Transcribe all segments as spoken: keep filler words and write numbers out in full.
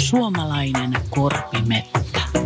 Suomalainen korpimetta.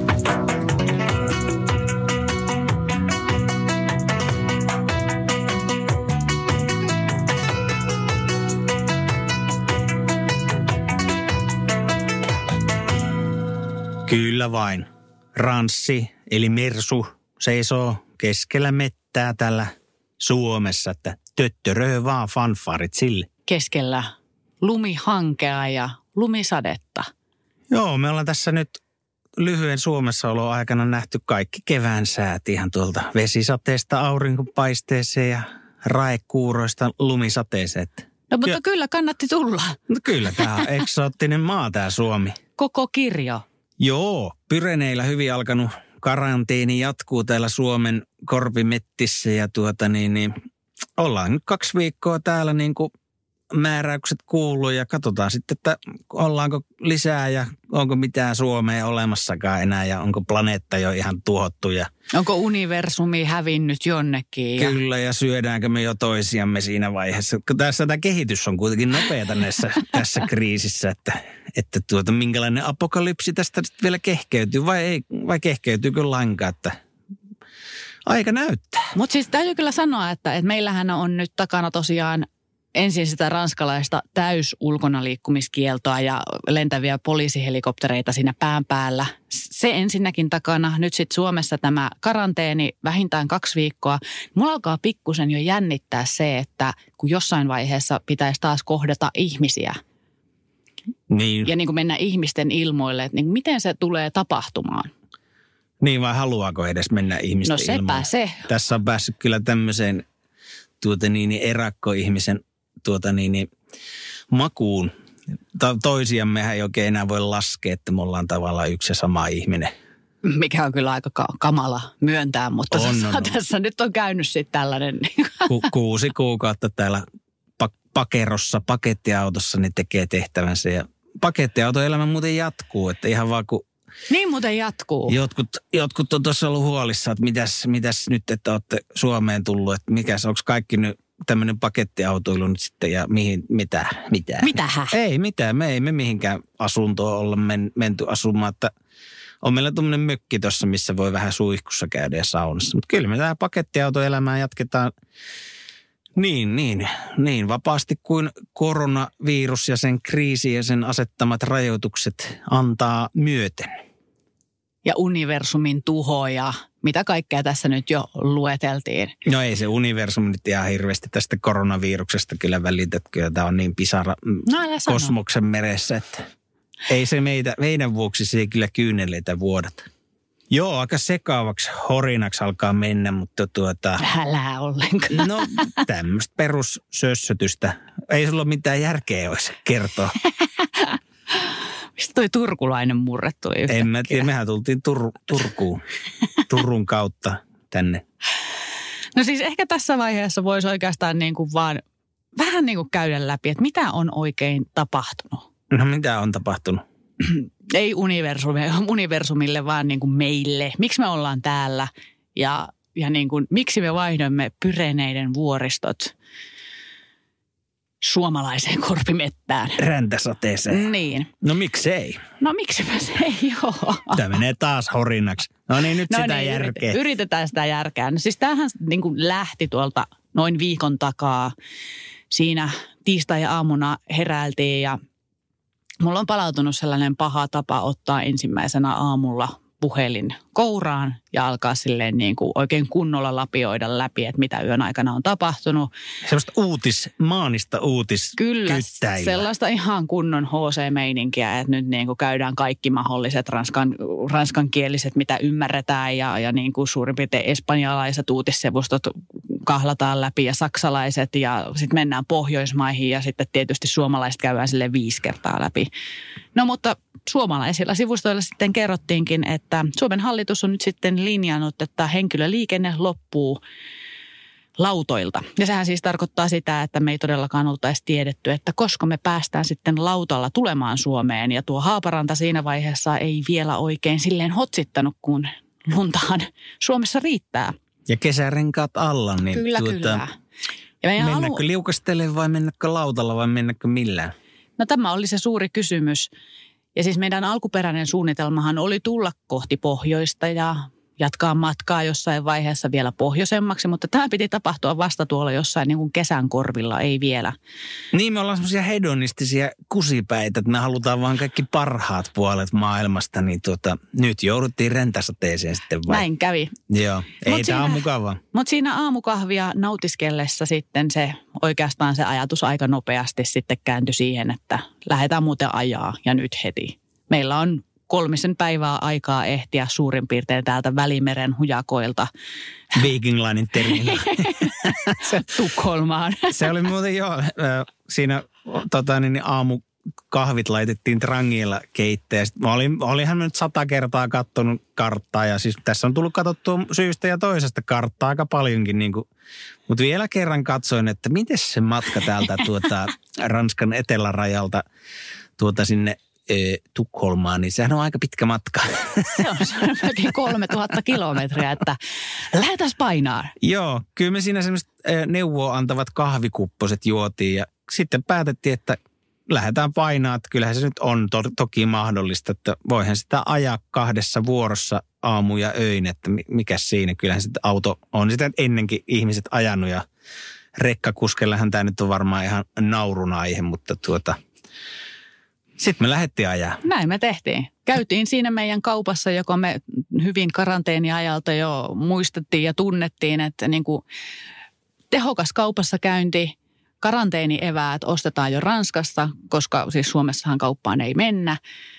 Kyllä vain. Ranssi eli mersu seisoo keskellä mettää täällä Suomessa, että töttöröö vaan fanfarit sille. Keskellä lumihankea ja lumisadetta. Joo, me ollaan tässä nyt lyhyen Suomessaolon aikana nähty kaikki kevään säät ihan tuolta vesisateesta aurinkopaisteeseen ja raekuuroista lumisateeseen. No mutta ja, kyllä kannatti tulla. No kyllä, tämä on eksoottinen maa tämä Suomi. Koko kirjo. Joo, Pyreneillä hyvin alkanut karanteeni jatkuu täällä Suomen korpimettissä ja tuota niin, niin ollaan nyt kaksi viikkoa täällä niin kuin määräykset kuuluu ja katsotaan sitten, että ollaanko lisää ja onko mitään Suomea olemassakaan enää ja onko planeetta jo ihan tuhottu. Ja onko universumi hävinnyt jonnekin? Ja kyllä, ja syödäänkö me jo toisiamme siinä vaiheessa. Tässä tämä kehitys on kuitenkin nopeata näissä, tässä kriisissä, että, että tuota, minkälainen apokalypsi tästä vielä kehkeytyy vai, ei, vai kehkeytyykö lainkaan, että aika näyttää. Mutta siis täytyy kyllä sanoa, että, että meillähän on nyt takana tosiaan ensin sitä ranskalaista täysulkonaliikkumiskieltoa ja lentäviä poliisihelikoptereita siinä pään päällä. Se ensinnäkin takana. Nyt sitten Suomessa tämä karanteeni vähintään kaksi viikkoa. Mulla alkaa pikkusen jo jännittää se, että kun jossain vaiheessa pitäisi taas kohdata ihmisiä. Niin. Ja niin kuin mennä ihmisten ilmoille, että niin miten se tulee tapahtumaan. Niin vai haluaako edes mennä ihmisten no sepä ilmoille? se. Tässä on päässyt kyllä tämmöiseen tuota niin, erakkoihmisen tuota niin, makuun. Toisiammehän ei oikein enää voi laskea, että me ollaan tavallaan yksi ja sama ihminen. Mikä on kyllä aika kamala myöntää, mutta on, tässä, on, on. tässä nyt on käynyt sitten tällainen. Ku, kuusi kuukautta täällä pakerossa, pakettiautossa, niin tekee tehtävänsä. Ja pakettiautoelämä muuten jatkuu, että ihan vaan kun niin muuten jatkuu. Jotkut, jotkut on tuossa ollut huolissaan, että mitäs, mitäs nyt, että olette Suomeen tullut, että mikäs, onko kaikki nyt tämmöinen pakettiautoilu nyt sitten ja mihin, mitä, mitä? Mitähä? Ei mitään, me ei me mihinkään asuntoon olla men, menty asumaan, että on meillä tuommoinen mökki tuossa, missä voi vähän suihkussa käydä ja saunassa. Mutta kyllä me tämä pakettiautoelämää jatketaan niin, niin, niin vapaasti kuin koronavirus ja sen kriisi ja sen asettamat rajoitukset antaa myöten. Ja universumin tuho ja mitä kaikkea tässä nyt jo lueteltiin. No ei se universumi nyt ihan hirveästi tästä koronaviruksesta kyllä välitä, että kyllä tämä on niin pisara no, kosmoksen meressä, että ei se meitä, meidän vuoksi se ei kyllä kyyneleitä vuodata. Joo, aika sekaavaksi horinaksi alkaa mennä, mutta tuota älä ollenkaan. No tämmöistä perussössötystä. Ei sulla mitään järkeä olisi kertoa. Mistä toi turkulainen murre tuli yhtäkkiä? En mä tiedä, mehän tultiin Tur- Turkuun, Turun kautta tänne. No siis ehkä tässä vaiheessa voisi oikeastaan niin kuin vaan vähän niin kuin käydä läpi, että mitä on oikein tapahtunut. No mitä on tapahtunut? Ei universumille, universumille vaan niin kuin meille. Miksi me ollaan täällä ja, ja niin kuin, miksi me vaihdoimme Pyreneiden vuoristot suomalaiseen korpimettään. Räntäsateeseen. Niin. No miksei? No miksipä se ei ole? Tämä menee taas horinaksi. No niin, nyt no sitä niin, järkeä. Yritetään sitä järkeä. No siis tämähän niin kuin lähti tuolta noin viikon takaa. Siinä tiistai-aamuna heräiltiin ja mulla on palautunut sellainen paha tapa ottaa ensimmäisenä aamulla puhelin kouraan ja alkaa silleen niin kuin oikein kunnolla lapioida läpi, että mitä yön aikana on tapahtunut. Sellaista uutis, maanista uutiskyttäilyä. Kyllä, sellaista ihan kunnon H C-meininkiä, että nyt niin kuin käydään kaikki mahdolliset ranskan, ranskankieliset, mitä ymmärretään ja, ja niin kuin suurin piirtein espanjalaiset uutissivustot kahlataan läpi ja saksalaiset ja sitten mennään Pohjoismaihin ja sitten tietysti suomalaiset käydään silleen viisi kertaa läpi. No mutta suomalaisilla sivustoilla sitten kerrottiinkin, että Suomen hallitus on nyt sitten linjannut, että henkilöliikenne loppuu lautoilta. Ja sehän siis tarkoittaa sitä, että me ei todellakaan oltaisi tiedetty, että koska me päästään sitten lautalla tulemaan Suomeen. Ja tuo Haaparanta siinä vaiheessa ei vielä oikein silleen hotsittanut, kun luntahan Suomessa riittää. Ja kesärenkaat alla. Niin kyllä, tuota, kyllä. Ja mennäkö alu... liukastelemaan vai mennäkö lautalla vai mennäkö millään? No tämä oli se suuri kysymys. Ja siis meidän alkuperäinen suunnitelmahan oli tulla kohti pohjoista ja jatkaa matkaa jossain vaiheessa vielä pohjoisemmaksi, mutta tämä piti tapahtua vasta tuolla jossain niin kuin kesän korvilla, ei vielä. Niin, me ollaan semmoisia hedonistisia kusipäitä, että me halutaan vaan kaikki parhaat puolet maailmasta, niin tuota, nyt jouduttiin räntäsateeseen sitten vai? Näin kävi. Joo, ei Mut tämä ole siinä- mukavaa. Mutta siinä aamukahvia nautiskellessa sitten se oikeastaan se ajatus aika nopeasti sitten kääntyi siihen, että lähdetään muuten ajaa ja nyt heti. Meillä on kolmisen päivää aikaa ehtiä suurin piirtein täältä Välimeren hujakoilta Viking Linen terminal. Tukholmaan. Se oli muuten joo, äh, siinä tota, niin, aamukahvit laitettiin trangilla keitteen. Sitten mä olin, olinhan mä nyt sata kertaa katsonut karttaa ja siis tässä on tullut katsottua syystä ja toisesta karttaa aika paljonkin. Niin kuin, mutta vielä kerran katsoin, että miten se matka täältä tuota, Ranskan etelärajalta tuota sinne e, Tukholmaan, niin sehän on aika pitkä matka. Se on, se on melkein kolmetuhatta kilometriä, että lähdetäs painaa. Joo, kyllä me siinä semmoiset e, neuvoa antavat kahvikupposet juotiin ja sitten päätettiin, että lähdetään painaa, että kyllähän se nyt on to- toki mahdollista, että voihan sitä ajaa kahdessa vuorossa aamu ja öin, että mikä siinä. Kyllähän sitten auto on sitä ennenkin ihmiset ajanut ja rekkakuskellahan tämä nyt on varmaan ihan naurun aihe, mutta tuota, sitten me lähdettiin ajaa. Näin me tehtiin. Käytiin siinä meidän kaupassa, joka me hyvin karanteeniajalta jo muistettiin ja tunnettiin, että niin kuin tehokas kaupassa käynti, karanteenieväät ostetaan jo Ranskassa, koska siis Suomessahan kauppaan ei mennä.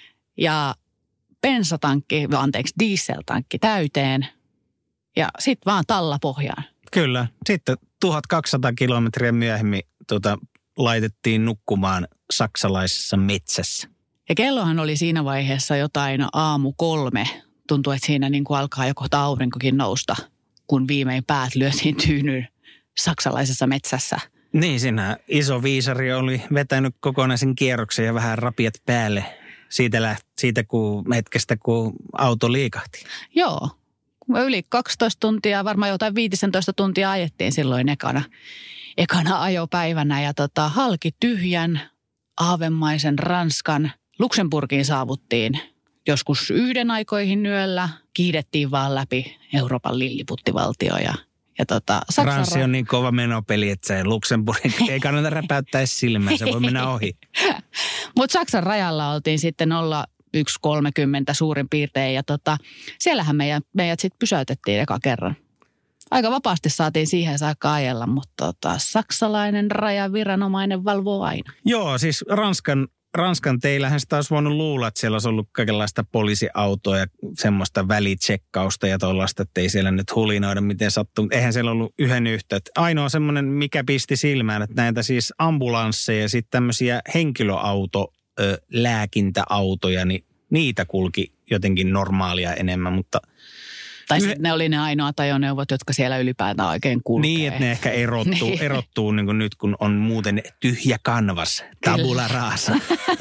Ja bensatankki, anteeksi dieseltankki täyteen ja sitten vaan talla pohjaan. Kyllä. Sitten tuhatkaksisataa kilometriä myöhemmin tota, laitettiin nukkumaan saksalaisessa metsässä. Ja kellohan oli siinä vaiheessa jotain aamu kolme. Tuntuu, että siinä niin kuin alkaa jo kohta aurinkokin nousta, kun viimein päät lyötiin tyynyyn saksalaisessa metsässä. Niin, siinä iso viisari oli vetänyt kokonaisen kierroksen ja vähän rapiat päälle siitä, läht, siitä kun, hetkestä, kun auto liikahti. Joo, yli kaksitoista tuntia, varmaan jotain viisitoista tuntia ajettiin silloin ekana, ekana ajopäivänä. Ja tota, halki tyhjän, aavemaisen Ranskan Luxemburgiin saavuttiin joskus yhden aikoihin yöllä. Kiidettiin vaan läpi Euroopan lilliputtivaltio ja Ja tota, Ranssi on niin kova menopeli, että se Luxemburgin ei kannata räpäyttää silmää, se voi mennä ohi. Mutta Saksan rajalla oltiin sitten nolla yksi kolmekymmentä suurin piirtein ja tota, siellähän meidät, meidät sitten pysäytettiin eka kerran. Aika vapaasti saatiin siihen saakka ajella, mutta tota, saksalainen rajaviranomainen valvoo aina. Joo, siis Ranskan, Ranskan teillähän sitä olisi voinut luulla, että siellä olisi ollut kaikenlaista poliisiautoa ja semmoista välitsekkausta ja tuollaista, että ei siellä nyt hulinoida miten sattuu. Eihän siellä ollut yhden yhtä. Ainoa semmoinen, mikä pisti silmään, että näitä siis ambulansseja ja sitten tämmöisiä henkilöauto, ö, lääkintäautoja, niin niitä kulki jotenkin normaalia enemmän, mutta Tai sitten ne oli ne ainoat ajoneuvot, jotka siellä ylipäätään oikein kulkee. niin, että ne ehkä erottuu, Niin. erottuu niin kuin nyt, kun on muuten tyhjä kanvas, tabula rasa.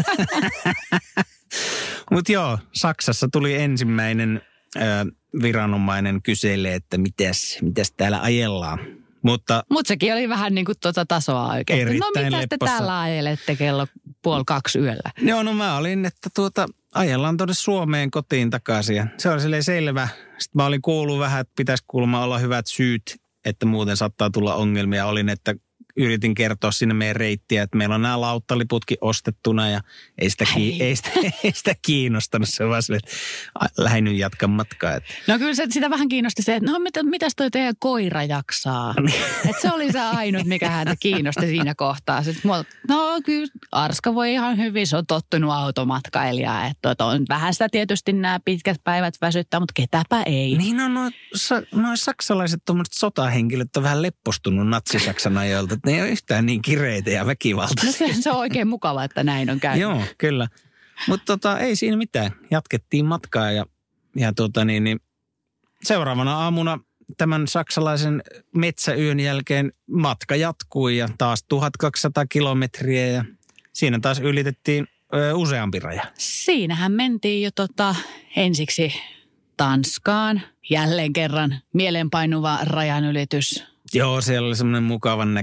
Mutta joo, Saksassa tuli ensimmäinen ö, viranomainen kyselee, että mitäs, mitäs täällä ajellaan. Mutta Mutta sekin oli vähän niin kuin tuota tasoa oikein. No Erittäin mitä te lepposa. täällä ajelette kello puoli kaksi yöllä? joo, no mä olin, että tuota, ajellaan tuonne Suomeen kotiin takaisin. Ja se oli silleen selvä. Sitten mä olin kuullut vähän, että pitäisi kuulemma olla hyvät syyt, että muuten saattaa tulla ongelmia. Olin, että yritin kertoa sinne meidän reittiä, että meillä on nämä lauttaliputkin ostettuna ja ei sitä, ki- ei sitä, ei sitä kiinnostanut. Se on vaan silleen, että lähdin nyt jatkan matkaa. Että. No kyllä se, sitä vähän kiinnosti se, että no mitä, mitäs toi teidän koira jaksaa? Että se oli se ainut, mikä häntä kiinnosti siinä kohtaa. Sitten mulla, no kyllä Arska voi ihan hyvin, se on tottunut automatkailijaa. Että että on vähän sitä tietysti nämä pitkät päivät väsyttää, mutta ketäpä ei. Niin on no, sa- noi saksalaiset tuommoiset sotahenkilöt on vähän leppostunut natsi-Saksan ajoilta. Ne ei ole yhtään niin kireitä ja No väkivaltaisia. se, se on oikein mukava, että näin on käynyt. Joo, kyllä. Mutta tota, ei siinä mitään. Jatkettiin matkaa ja, ja tota niin, niin seuraavana aamuna tämän saksalaisen metsäyön jälkeen matka jatkui ja taas tuhatkaksisataa kilometriä ja siinä taas ylitettiin ö, useampi raja. Siinähän mentiin jo tota, ensiksi Tanskaan. Jälleen kerran mieleenpainuva rajanylitys. Joo, siellä oli semmoinen mukavan näköinen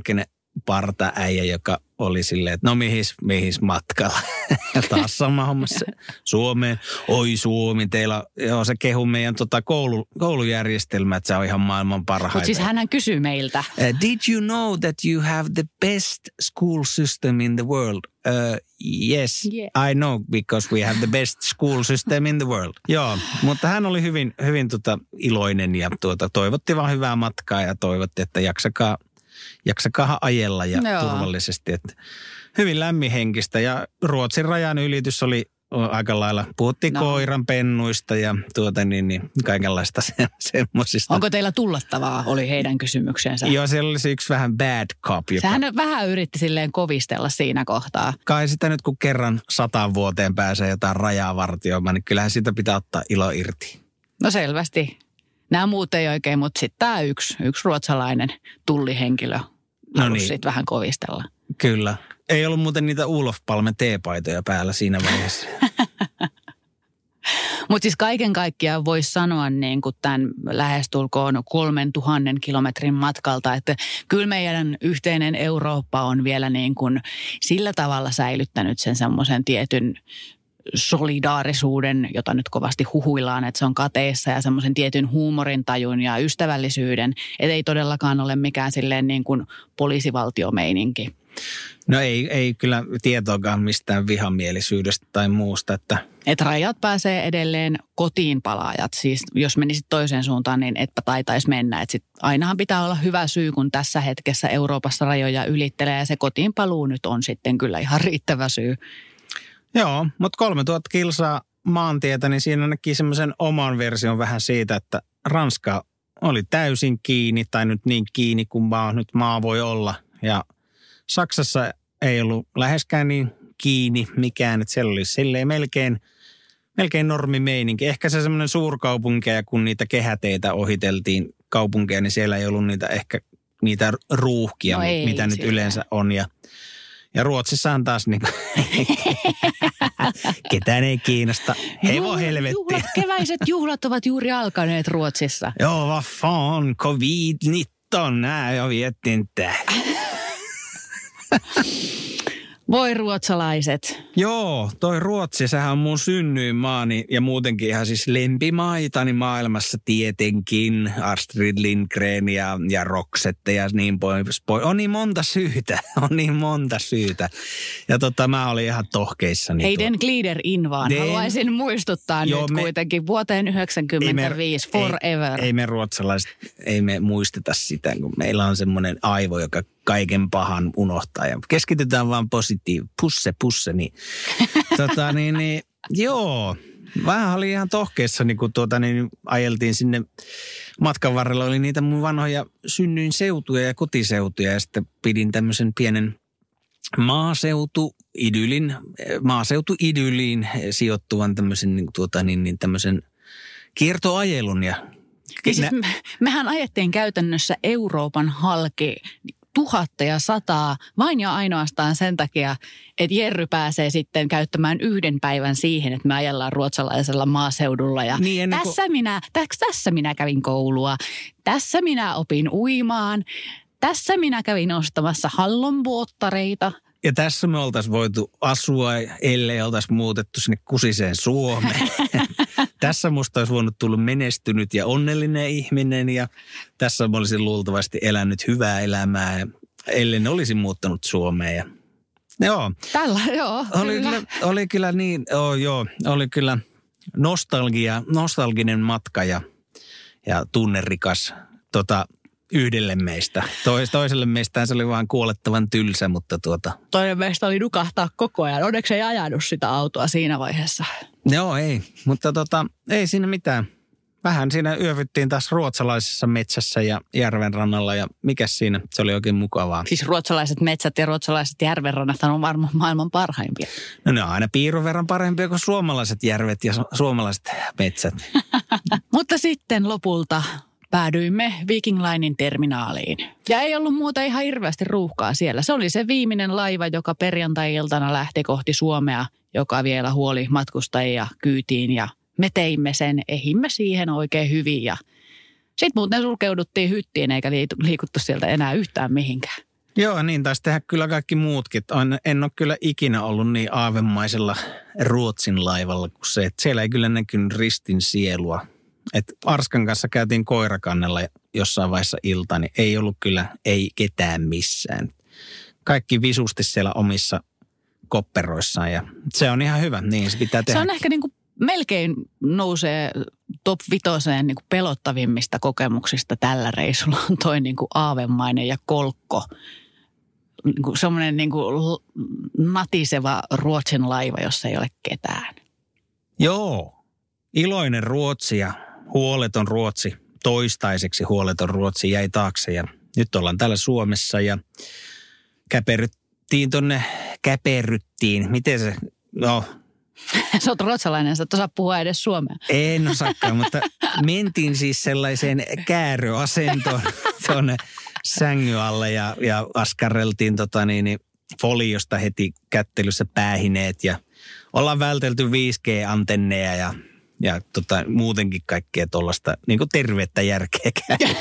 parta äijä, joka oli silleen, että no mihis, mihis matkalla. Ja taas sama hommassa Suomeen. Oi Suomi, teillä joo, se kehu meidän tota koulu, koulujärjestelmä, että se on ihan maailman parhaita. Mutta siis hänhän kysyy meiltä. Uh, did you know that you have the best school system in the world? Uh, yes, yeah. I know because we have the best school system in the world. Joo, mutta hän oli hyvin, hyvin tota iloinen ja tuota, toivotti vaan hyvää matkaa ja toivotti, että jaksakaa, jaksakaa ajella ja Joo. turvallisesti. Että hyvin lämminhenkistä ja Ruotsin rajan ylitys oli aika lailla. Puhuttiin no. koiran pennuista ja tuota niin, niin kaikenlaista se, semmoisista. Onko teillä tullattavaa, oli heidän kysymyksensä. Joo, siellä oli se yksi vähän bad cop. Joka... Sehän vähän yritti silleen kovistella siinä kohtaa. Kai sitä nyt kun kerran sataan vuoteen pääsee jotain rajaa vartioimaan, niin kyllähän siitä pitää ottaa ilo irti. No selvästi. Nämä muut ei oikein, mutta sitten tämä yksi, yksi ruotsalainen tullihenkilö no halusi niin. sitten vähän kovistella. Kyllä. Ei ollut muuten niitä Olof Palme teepaitoja päällä siinä vaiheessa. Mutta siis kaiken kaikkiaan voisi sanoa niin kuin tämän lähestulkoon kolmen tuhannen kilometrin matkalta, että kyllä meidän yhteinen Eurooppa on vielä niin kuin sillä tavalla säilyttänyt sen semmoisen tietyn solidaarisuuden, jota nyt kovasti huhuillaan, että se on kateissa ja semmoisen tietyn huumorintajun ja ystävällisyyden, että ei todellakaan ole mikään silleen niin kuin poliisivaltiomeininki. No ei, ei kyllä tietoakaan mistään vihamielisyydestä tai muusta. Että et rajat pääsee edelleen kotiin palaajat. Siis jos menisit toiseen suuntaan, niin etpä taitaisi mennä. Et sit ainahan pitää olla hyvä syy, kun tässä hetkessä Euroopassa rajoja ylittelee. Ja se kotiin paluu nyt on sitten kyllä ihan riittävä syy. Joo, mutta kolmetuhatta kilsaa maantietä, niin siinä näki semmoisen oman version vähän siitä, että Ranska oli täysin kiinni tai nyt niin kiinni kuin maa, nyt maa voi olla. Ja Saksassa ei ollut läheskään niin kiinni mikään, että siellä oli silleen melkein, melkein normimeininki. Ehkä se semmoinen suurkaupunkeja, kun niitä kehäteitä ohiteltiin kaupunkeja, niin siellä ei ollut niitä ehkä niitä ruuhkia, no ei, mitä nyt siellä yleensä on. Ja, ja Ruotsissahan taas niin ketään ei kiinnosta. Hevo helvetti. Juhlat, keväiset juhlat ovat juuri alkaneet Ruotsissa. Joo, vad fan, covid nitton, nää jo viettiin tää. Voi ruotsalaiset. Joo, toi Ruotsi, sehän on mun synnyinmaani ja muutenkin ihan siis lempimaitani maailmassa tietenkin. Astrid Lindgren ja, ja Roxette ja niin pois. On niin monta syytä, on niin monta syytä. Ja tota mä olin ihan tohkeissani. Ei den glider in vaan, den... haluaisin muistuttaa Joo, nyt me... kuitenkin vuoteen yhdeksänkymmentäviisi ei me, forever. Ei, ei me ruotsalaiset, ei me muisteta sitä, kun meillä on semmoinen aivo, joka kaiken pahan unohtaa ja keskitytään vaan positiiv, pusse, pusse, niin, tota, niin, niin joo, vähän oli ihan tohkeessa, niin kun tuota, niin ajeltiin sinne matkan varrella, oli niitä mun vanhoja synnyin seutuja ja kotiseutuja ja sitten pidin tämmöisen pienen maaseutuidylin, maaseutuidyliin sijoittuvan tämmöisen niin, tuota, niin, niin tämmöisen kiertoajelun ja Siis me, mehän ajettiin käytännössä Euroopan halki tuhatta ja sataa vain ja ainoastaan sen takia, että Jerry pääsee sitten käyttämään yhden päivän siihen, että me ajellaan ruotsalaisella maaseudulla. Ja niin tässä, kuin... minä, tässä minä kävin koulua, tässä minä opin uimaan, tässä minä kävin ostamassa hallonbuottareita. Ja tässä me oltaisiin voitu asua, ellei oltaisiin muutettu sinne kusiseen Suomeen. Tässä musta olisi voinut tulla menestynyt ja onnellinen ihminen ja tässä mä olisin luultavasti elänyt hyvää elämää, ja ellei ne olisi muuttanut Suomeen. Ja, joo. Tällä, joo. Oli kyllä, kyllä, oli kyllä niin, oh, joo, oli kyllä nostalgia, nostalginen matka ja, ja tunnerikas tota, yhdelle meistä. Tois, toiselle meistään se oli vaan kuolettavan tylsä, mutta tuota... Toinen meistä oli nukahtaa koko ajan. Onneksi ei ajanut sitä autoa siinä vaiheessa. Joo, ei. Mutta tota, ei siinä mitään. Vähän siinä yövyttiin taas ruotsalaisessa metsässä ja järvenrannalla ja mikäs siinä? Se oli oikein mukavaa. Siis ruotsalaiset metsät ja ruotsalaiset järvenrannat on varmaan maailman parhaimpia. No ne on aina piirun verran parempia kuin suomalaiset järvet ja su- suomalaiset metsät. Mutta sitten lopulta päädyimme Viking Linein terminaaliin. Ja ei ollut muuta ihan hirveästi ruuhkaa siellä. Se oli se viimeinen laiva, joka perjantai-iltana lähti kohti Suomea, joka vielä huoli matkustajia kyytiin. Ja me teimme sen, ehimme siihen oikein hyvin. Ja sitten muuten sulkeuduttiin hyttiin eikä liikuttu sieltä enää yhtään mihinkään. Joo, niin taisi tehdä kyllä kaikki muutkin. En ole kyllä ikinä ollut niin aavemaisella Ruotsin laivalla kuin se, että siellä ei kyllä näkynyt ristin sielua. Et Arskan kanssa käytiin koirakannella jossain vaiheessa iltaa, niin ei ollut kyllä ei ketään missään. Kaikki visusti siellä omissa kopperoissaan ja se on ihan hyvä, niin se pitää tehdä. Se on ehkä niin kuin melkein nousee top vitoseen niin kuin pelottavimmista kokemuksista tällä reissulla on toi niin kuin aavemainen ja kolkko. Niin kuin semmoinen niin kuin natiseva Ruotsin laiva, jossa ei ole ketään. Joo, iloinen Ruotsi ja huoleton Ruotsi, toistaiseksi huoleton Ruotsi jäi taakse ja nyt ollaan täällä Suomessa ja käperryttiin tonne, käperryttiin, miten se, no. Sä oot ruotsalainen, sä et osaa puhua edes suomea. En osaakaan, mutta mentiin siis sellaiseen kääröasentoon tuonne sängyn alle ja, ja askarreltiin tota niin, niin foliosta heti kättelyssä päähineet ja ollaan vältelty viisi G-antenneja ja, ja tota, muutenkin kaikkea tuollaista niin kuin tervettä järkeä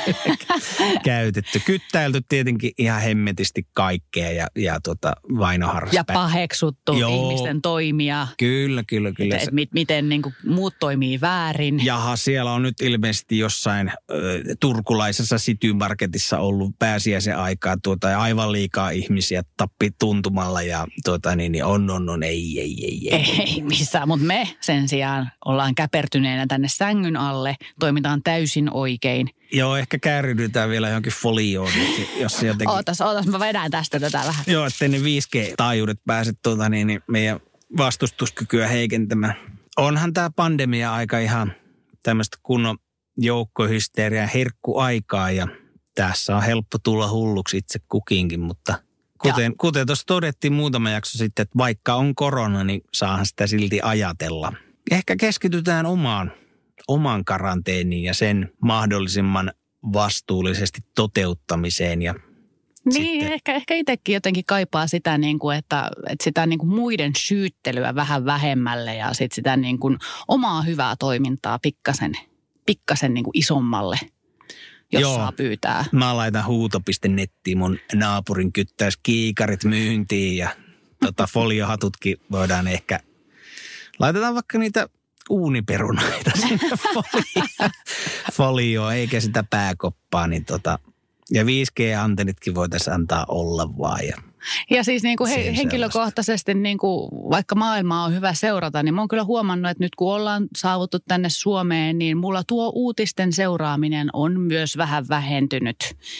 käytetty. Kyttäilty tietenkin ihan hemmetisti kaikkea ja, ja tota, vainoharras. Ja paheksuttu Joo. ihmisten toimia. Kyllä, kyllä, kyllä. Et, et, mit, miten niin kuin muut toimii väärin. Jaha, siellä on nyt ilmeisesti jossain ö, turkulaisessa City-marketissa ollut pääsiäisen aikaa tuota, ja aivan liikaa ihmisiä tappi tuntumalla ja tuota, niin, niin on, on, on, ei, ei, ei, ei. Ei, ei missään, mutta me sen sijaan ollaan käpertyneenä tänne sängyn alle, toimitaan täysin oikein. Joo, ehkä kääridytään vielä johonkin folioon, jos se jotenkin. Ootas, ootas, mä vedän tästä tätä vähän. Joo, ettei ne viisi G-taajuudet pääse tuota, niin, niin meidän vastustuskykyä heikentämään. Onhan tämä pandemia aika ihan tämmöistä kunnon joukkohysteriaa, herkkuaikaa ja tässä on helppo tulla hulluksi itse kukinkin, mutta kuten, kuten tuossa todettiin muutama jakso sitten, että vaikka on korona, niin saahan sitä silti ajatella. Ehkä keskitytään omaan, oman karanteeniin ja sen mahdollisimman vastuullisesti toteuttamiseen. Ja niin, sitten ehkä, ehkä itsekin jotenkin kaipaa sitä, niin kuin, että, että sitä niin kuin muiden syyttelyä vähän vähemmälle ja sit sitä niin kuin omaa hyvää toimintaa pikkasen, pikkasen niin kuin isommalle, jos Joo. saa pyytää. Mä laitan huuto piste nettiin mun naapurin kyttäys kiikarit myyntiin ja tota, foliohatutkin voidaan ehkä. Laitetaan vaikka niitä uuniperunaita sinne folioon, folioon eikä sitä pääkoppaa. Niin tota, ja viisi G-antennitkin voitaisiin antaa olla vaan. Ja, ja siis niin kuin he, henkilökohtaisesti, niin kuin, vaikka maailmaa on hyvä seurata, niin mä oon kyllä huomannut, että nyt kun ollaan saavuttu tänne Suomeen, niin mulla tuo uutisten seuraaminen on myös vähän vähentynyt.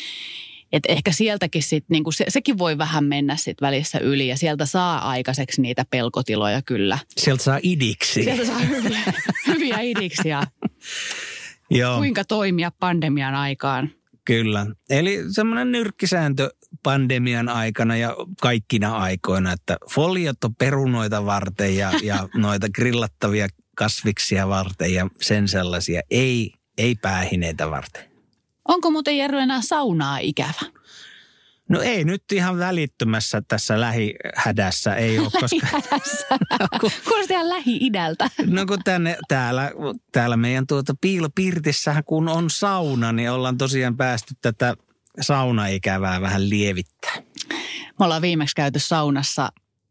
Että ehkä sieltäkin sitten, niinku se, sekin voi vähän mennä sitten välissä yli ja sieltä saa aikaiseksi niitä pelkotiloja kyllä. Sieltä saa idiksi. Sieltä saa hyviä, hyviä idiksiä. Joo. Kuinka toimia pandemian aikaan. Kyllä. Eli semmoinen nyrkkisääntö pandemian aikana ja kaikkina aikoina, että foliot on perunoita varten ja, ja noita grillattavia kasviksia varten ja sen sellaisia. Ei, ei päähineitä varten. Onko muuten Jerry enää saunaa ikävä? No ei nyt ihan välittömässä tässä lähihädässä ei ole, koska. Lähihädässä? Kuulosti ihan Lähi-idältä. No kun tänne, täällä, täällä meidän tuota piilopirtissähän kun on sauna, niin ollaan tosiaan päästy tätä saunaikävää vähän lievittää. Me ollaan viimeksi käyty saunassa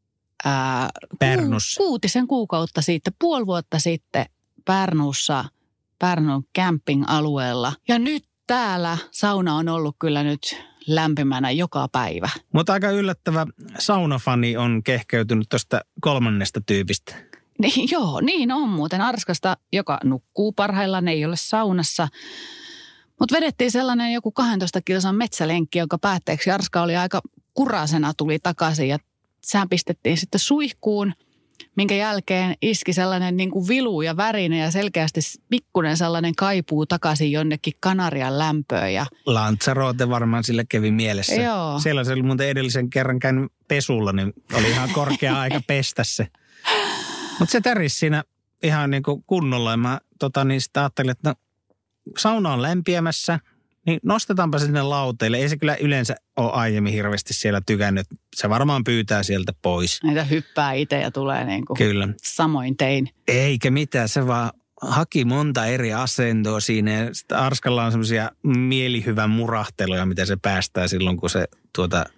ää, Pärnussa. Ku, kuutisen kuukautta sitten, puoli vuotta sitten Pärnussa, Pärnun camping-alueella. Ja nyt täällä sauna on ollut kyllä nyt lämpimänä joka päivä. Mutta aika yllättävä saunafani on kehkeytynyt tuosta kolmannesta tyypistä. Niin, joo, niin on muuten. Arskasta, joka nukkuu parhaillaan, ei ole saunassa. Mutta vedettiin sellainen joku kahdentoista kilsan metsälenkki, jonka päätteeksi Arska oli aika kurasena, tuli takaisin ja sehän pistettiin sitten suihkuun, minkä jälkeen iski sellainen niin kuin vilu ja värinen ja selkeästi pikkuinen sellainen kaipuu takaisin jonnekin Kanarian lämpöön. Ja Lanzarote varmaan sille kävi mielessä. Joo. Siellä se oli muuten edellisen kerran käynyt pesulla, niin oli ihan korkea aika pestä se. Mutta se tärisi siinä ihan niin kuin kunnolla ja mä tota, niin sitä ajattelin, että no, sauna on lämpiämässä, niin nostetaanpa sinne lauteille. Ei se kyllä yleensä ole aiemmin hirveästi siellä tykännyt. Se varmaan pyytää sieltä pois. Niitä hyppää itse ja tulee niin kuin kyllä. Samoin tein. Eikä mitään, se vaan haki monta eri asentoa siinä. Ja sitten Arskalla on semmoisia mielihyvän murahteluja, mitä se päästää silloin, kun se tuota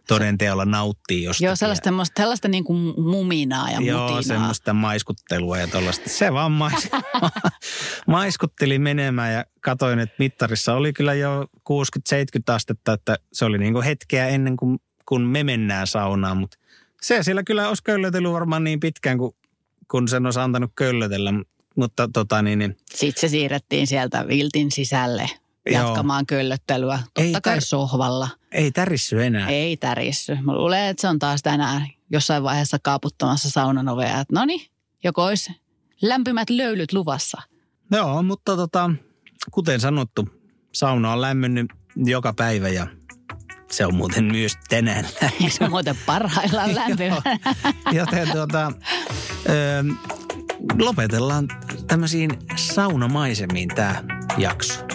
todenteolla nauttii jostakin. Joo, sellaista, sellaista niin kuin muminaa ja Joo, mutinaa. semmoista maiskuttelua ja tuollaista. Se vaan mais, maiskutteli menemään ja katsoin, että mittarissa oli kyllä jo kuusikymmentä seitsemänkymmentä astetta, että se oli niin kuin hetkeä ennen kuin kun me mennään saunaan, mutta se siellä kyllä olisi köllötellyt varmaan niin pitkään, kun, kun sen olisi antanut köllötellä, mutta tota niin, niin. Sitten se siirrettiin sieltä viltin sisälle jatkamaan Joo. köllöttelyä, totta ei kai tär... sohvalla. Ei tärissy enää. Ei tärissy. Mä luulen, että se on taas tänään jossain vaiheessa kaaputtamassa saunan ovea, että no niin, joko olisi lämpimät löylyt luvassa. Joo, mutta tota, kuten sanottu, sauna on lämmennyt joka päivä ja se on muuten myös tänään. Se on muuten parhaillaan lämpimä. Joten tuota, ö, lopetellaan tämmöisiin saunamaisemiin tämä jakso.